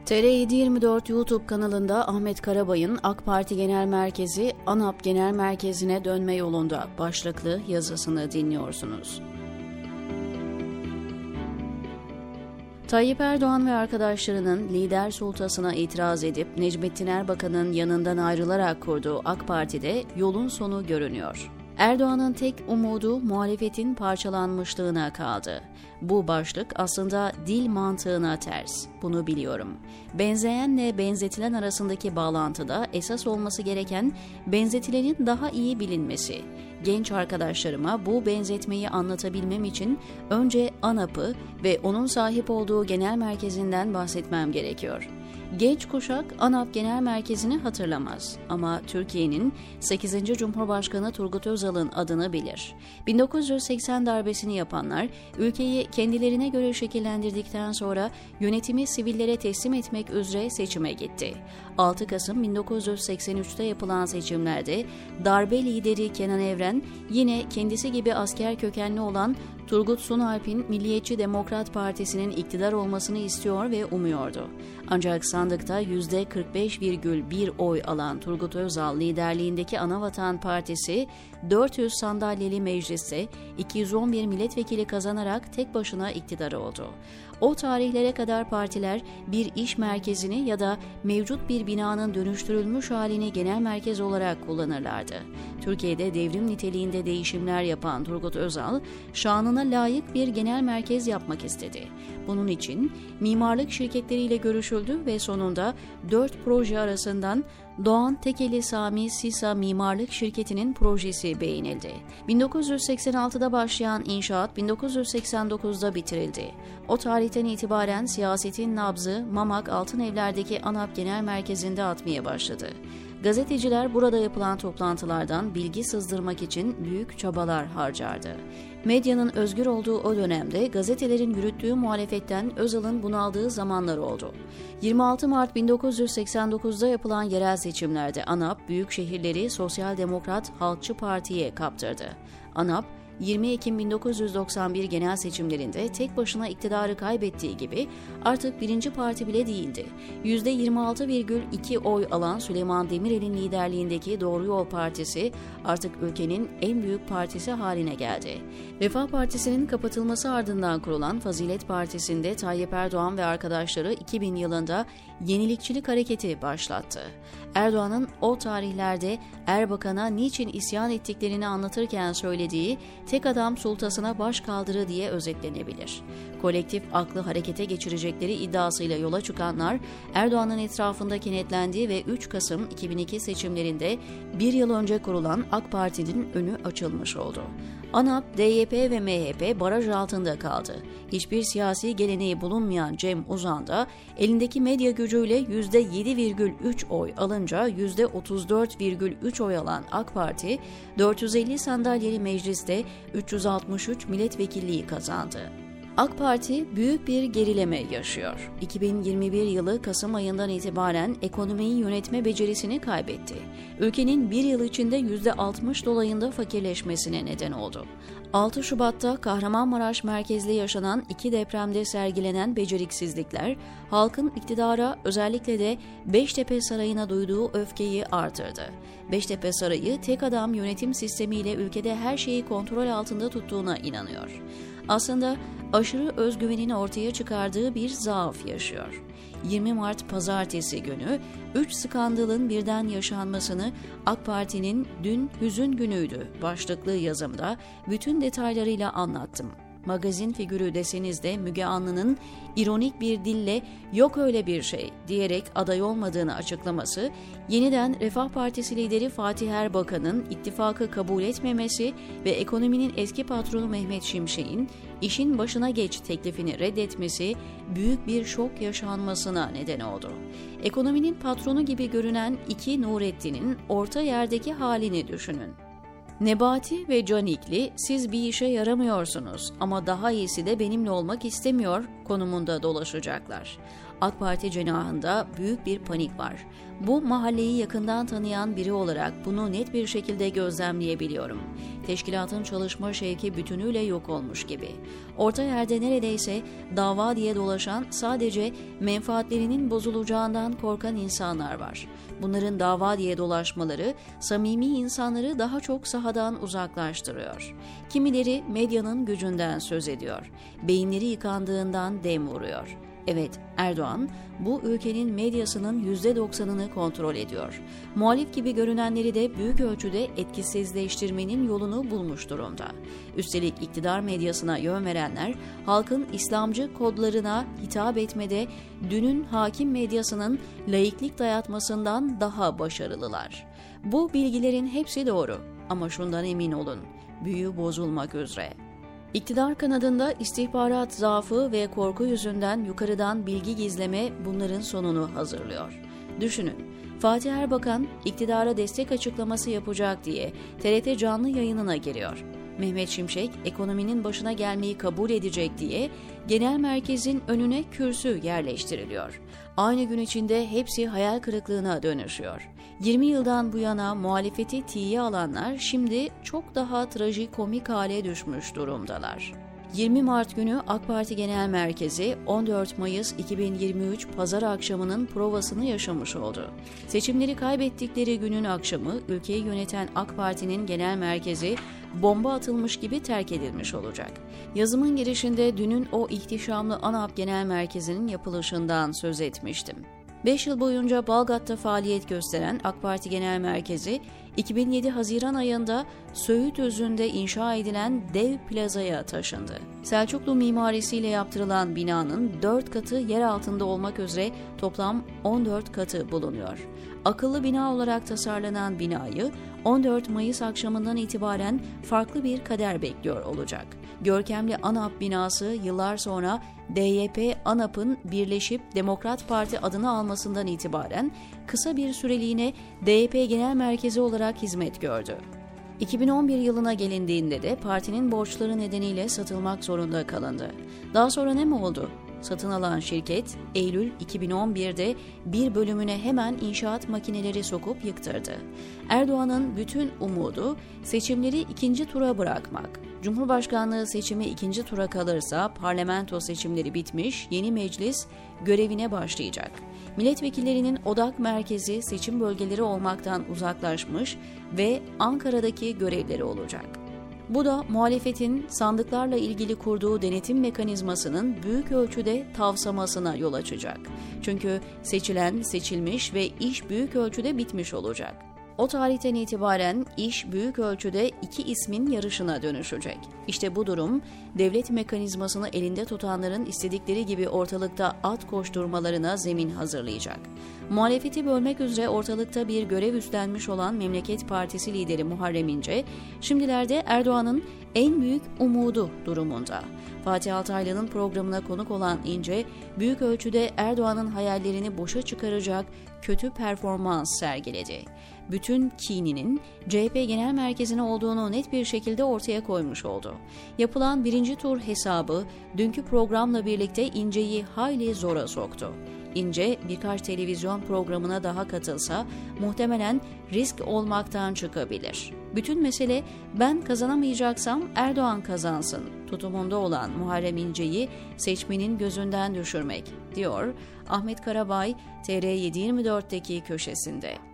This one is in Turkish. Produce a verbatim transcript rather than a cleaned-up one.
T R yedi yirmi dört YouTube kanalında Ahmet Karabay'ın AK Parti Genel Merkezi, ANAP Genel Merkezi'ne dönme yolunda başlıklı yazısını dinliyorsunuz. Tayyip Erdoğan ve arkadaşlarının lider sultasına itiraz edip Necmettin Erbakan'ın yanından ayrılarak kurduğu AK Parti'de yolun sonu görünüyor. Erdoğan'ın tek umudu muhalefetin parçalanmışlığına kaldı. Bu başlık aslında dil mantığına ters. Bunu biliyorum. Benzeyenle benzetilen arasındaki bağlantıda esas olması gereken benzetilenin daha iyi bilinmesi. Genç arkadaşlarıma bu benzetmeyi anlatabilmem için önce ANAP'ı ve onun sahip olduğu genel merkezinden bahsetmem gerekiyor. Genç kuşak ANAP Genel Merkezi'ni hatırlamaz ama Türkiye'nin sekizinci Cumhurbaşkanı Turgut Özal'ın adını bilir. bin dokuz yüz seksen darbesini yapanlar ülkeyi kendilerine göre şekillendirdikten sonra yönetimi sivillere teslim etmek üzere seçime gitti. altı Kasım bin dokuz yüz seksen üçte yapılan seçimlerde darbe lideri Kenan Evren yine kendisi gibi asker kökenli olan Turgut Sunalp'in Milliyetçi Demokrat Partisi'nin iktidar olmasını istiyor ve umuyordu. Ancak sandıkta yüzde kırk beş virgül bir oy alan Turgut Özal liderliğindeki Anavatan Partisi dört yüz sandalyeli mecliste iki yüz on bir milletvekili kazanarak tek başına iktidar oldu. O tarihlere kadar partiler bir iş merkezini ya da mevcut bir binanın dönüştürülmüş halini genel merkez olarak kullanırlardı. Türkiye'de devrim niteliğinde değişimler yapan Turgut Özal, şanına layık bir genel merkez yapmak istedi. Bunun için mimarlık şirketleriyle görüşüldü ve sonunda dört proje arasından Doğan Tekeli Sami Sisa Mimarlık Şirketi'nin projesi beğenildi. bin dokuz yüz seksen altıda başlayan inşaat bin dokuz yüz seksen dokuzda bitirildi. O tarihten itibaren siyasetin nabzı Mamak Altınevler'deki ANAP Genel Merkezi'nde atmaya başladı. Gazeteciler burada yapılan toplantılardan bilgi sızdırmak için büyük çabalar harcardı. Medyanın özgür olduğu o dönemde gazetelerin yürüttüğü muhalefetten Özal'ın bunaldığı zamanlar oldu. yirmi altı Mart bin dokuz yüz seksen dokuzda yapılan yerel seçimlerde ANAP, büyük şehirleri Sosyal Demokrat Halkçı Parti'ye kaptırdı. ANAP, yirmi Ekim bin dokuz yüz doksan bir genel seçimlerinde tek başına iktidarı kaybettiği gibi artık birinci parti bile değildi. yüzde yirmi altı virgül iki oy alan Süleyman Demirel'in liderliğindeki Doğru Yol Partisi artık ülkenin en büyük partisi haline geldi. Refah Partisi'nin kapatılması ardından kurulan Fazilet Partisi'nde Tayyip Erdoğan ve arkadaşları iki bin yılında yenilikçilik hareketi başlattı. Erdoğan'ın o tarihlerde Erbakan'a niçin isyan ettiklerini anlatırken söylediği "tek adam sultasına baş kaldırı" diye özetlenebilir. Kolektif aklı harekete geçirecekleri iddiasıyla yola çıkanlar Erdoğan'ın etrafında kenetlendi ve üç Kasım iki bin iki seçimlerinde bir yıl önce kurulan AK Parti'nin önü açılmış oldu. ANAP, D Y P ve M H P baraj altında kaldı. Hiçbir siyasi geleneği bulunmayan Cem Uzan da elindeki medya gücüyle yüzde yedi virgül üç oy alınca yüzde otuz dört virgül üç oy alan AK Parti, dört yüz elli sandalyeli mecliste üç yüz altmış üç milletvekilliği kazandı. AK Parti büyük bir gerileme yaşıyor. iki bin yirmi bir yılı Kasım ayından itibaren ekonomiyi yönetme becerisini kaybetti. Ülkenin bir yıl içinde yüzde altmış dolayında fakirleşmesine neden oldu. altı Şubat'ta Kahramanmaraş merkezli yaşanan iki depremde sergilenen beceriksizlikler, halkın iktidara, özellikle de Beştepe Sarayı'na duyduğu öfkeyi artırdı. Beştepe Sarayı tek adam yönetim sistemiyle ülkede her şeyi kontrol altında tuttuğuna inanıyor. Aslında aşırı özgüvenin ortaya çıkardığı bir zaaf yaşıyor. yirmi Mart Pazartesi günü üç skandalın birden yaşanmasını AK Parti'nin "Dün hüzün günüydü" başlıklı yazımda bütün detaylarıyla anlattım. Magazin figürü deseniz de Müge Anlı'nın ironik bir dille "yok öyle bir şey" diyerek aday olmadığını açıklaması, yeniden Refah Partisi lideri Fatih Erbakan'ın ittifakı kabul etmemesi ve ekonominin eski patronu Mehmet Şimşek'in "işin başına geç" teklifini reddetmesi büyük bir şok yaşanmasına neden oldu. Ekonominin patronu gibi görünen iki Nurettin'in orta yerdeki halini düşünün. Nebati ve Canikli, "siz bir işe yaramıyorsunuz ama daha iyisi de benimle olmak istemiyor" konumunda dolaşacaklar. AK Parti cenahında büyük bir panik var. Bu mahalleyi yakından tanıyan biri olarak bunu net bir şekilde gözlemleyebiliyorum. Teşkilatın çalışma şevki bütünüyle yok olmuş gibi. Orta yerde neredeyse dava diye dolaşan, sadece menfaatlerinin bozulacağından korkan insanlar var. Bunların dava diye dolaşmaları samimi insanları daha çok sahadan uzaklaştırıyor. Kimileri medyanın gücünden söz ediyor. Beyinleri yıkandığından dem vuruyor. Evet, Erdoğan bu ülkenin medyasının yüzde doksanını kontrol ediyor. Muhalif gibi görünenleri de büyük ölçüde etkisizleştirmenin yolunu bulmuş durumda. Üstelik iktidar medyasına yön verenler halkın İslamcı kodlarına hitap etmede dünün hakim medyasının laiklik dayatmasından daha başarılılar. Bu bilgilerin hepsi doğru ama şundan emin olun, büyü bozulmak üzere. İktidar kanadında istihbarat zaafı ve korku yüzünden yukarıdan bilgi gizleme bunların sonunu hazırlıyor. Düşünün, Fatih Erbakan iktidara destek açıklaması yapacak diye T R T canlı yayınına giriyor. Mehmet Şimşek ekonominin başına gelmeyi kabul edecek diye genel merkezin önüne kürsü yerleştiriliyor. Aynı gün içinde hepsi hayal kırıklığına dönüşüyor. yirmi yıldan bu yana muhalefeti tiye alanlar şimdi çok daha trajikomik hale düşmüş durumdalar. yirmi Mart günü AK Parti Genel Merkezi on dört Mayıs iki bin yirmi üç Pazar akşamının provasını yaşamış oldu. Seçimleri kaybettikleri günün akşamı ülkeyi yöneten AK Parti'nin genel merkezi bomba atılmış gibi terk edilmiş olacak. Yazımın girişinde dünün o ihtişamlı ANAP Genel Merkezi'nin yapılışından söz etmiştim. beş yıl boyunca Balgat'ta faaliyet gösteren AK Parti Genel Merkezi, iki bin yedi Haziran ayında Söğütözü'nde inşa edilen dev plazaya taşındı. Selçuklu mimarisiyle yaptırılan binanın dört katı yer altında olmak üzere toplam on dört katı bulunuyor. Akıllı bina olarak tasarlanan binayı on dört Mayıs akşamından itibaren farklı bir kader bekliyor olacak. Görkemli ANAP binası yıllar sonra D Y P ANAP'ın birleşip Demokrat Parti adını almasından itibaren kısa bir süreliğine D Y P Genel Merkezi olarak hizmet gördü. iki bin on bir yılına gelindiğinde de partinin borçları nedeniyle satılmak zorunda kalındı. Daha sonra ne mi oldu? Satın alan şirket Eylül iki bin on birde bir bölümüne hemen inşaat makineleri sokup yıktırdı. Erdoğan'ın bütün umudu seçimleri ikinci tura bırakmak. Cumhurbaşkanlığı seçimi ikinci tura kalırsa parlamento seçimleri bitmiş, yeni meclis görevine başlayacak. Milletvekillerinin odak merkezi seçim bölgeleri olmaktan uzaklaşmış ve Ankara'daki görevleri olacak. Bu da muhalefetin sandıklarla ilgili kurduğu denetim mekanizmasının büyük ölçüde tavsamasına yol açacak. Çünkü seçilen seçilmiş ve iş büyük ölçüde bitmiş olacak. O tarihten itibaren iş büyük ölçüde iki ismin yarışına dönüşecek. İşte bu durum devlet mekanizmasını elinde tutanların istedikleri gibi ortalıkta at koşturmalarına zemin hazırlayacak. Muhalefeti bölmek üzere ortalıkta bir görev üstlenmiş olan Memleket Partisi lideri Muharrem İnce, şimdilerde Erdoğan'ın en büyük umudu durumunda. Fatih Altaylı'nın programına konuk olan İnce, büyük ölçüde Erdoğan'ın hayallerini boşa çıkaracak kötü performans sergiledi. Bütün kininin C H P Genel Merkezi'ne olduğunu net bir şekilde ortaya koymuş oldu. Yapılan birinci tur hesabı dünkü programla birlikte İnce'yi hayli zora soktu. İnce birkaç televizyon programına daha katılsa muhtemelen risk olmaktan çıkabilir. Bütün mesele ben kazanamayacaksam Erdoğan kazansın tutumunda olan Muharrem İnce'yi seçmenin gözünden düşürmek, diyor Ahmet Karabay T R yedi yirmi dörtteki köşesinde.